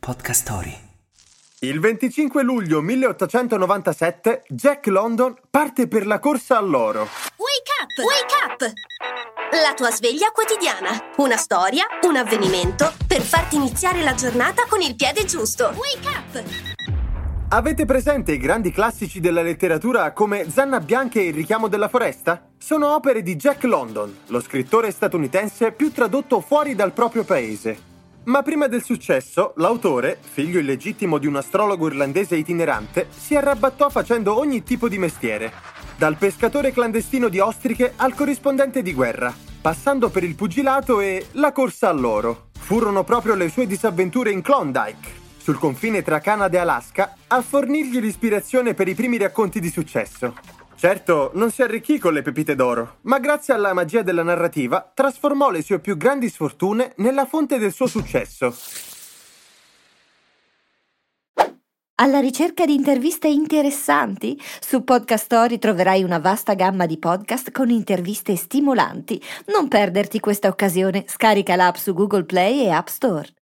Podcast Story. Il 25 luglio 1897 Jack London parte per la corsa all'oro. Wake up! La tua sveglia quotidiana. Una storia, un avvenimento per farti iniziare la giornata con il piede giusto. Wake up! Avete presente i grandi classici della letteratura come Zanna Bianca e Il richiamo della foresta? Sono opere di Jack London, lo scrittore statunitense più tradotto fuori dal proprio paese. Ma prima del successo, l'autore, figlio illegittimo di un astrologo irlandese itinerante, si arrabattò facendo ogni tipo di mestiere. Dal pescatore clandestino di ostriche al corrispondente di guerra, passando per il pugilato e la corsa all'oro. Furono proprio le sue disavventure in Klondike, sul confine tra Canada e Alaska, a fornirgli l'ispirazione per i primi racconti di successo. Certo, non si arricchì con le pepite d'oro, ma grazie alla magia della narrativa trasformò le sue più grandi sfortune nella fonte del suo successo. Alla ricerca di interviste interessanti? Su Podcast Story troverai una vasta gamma di podcast con interviste stimolanti. Non perderti questa occasione, scarica l'app su Google Play e App Store.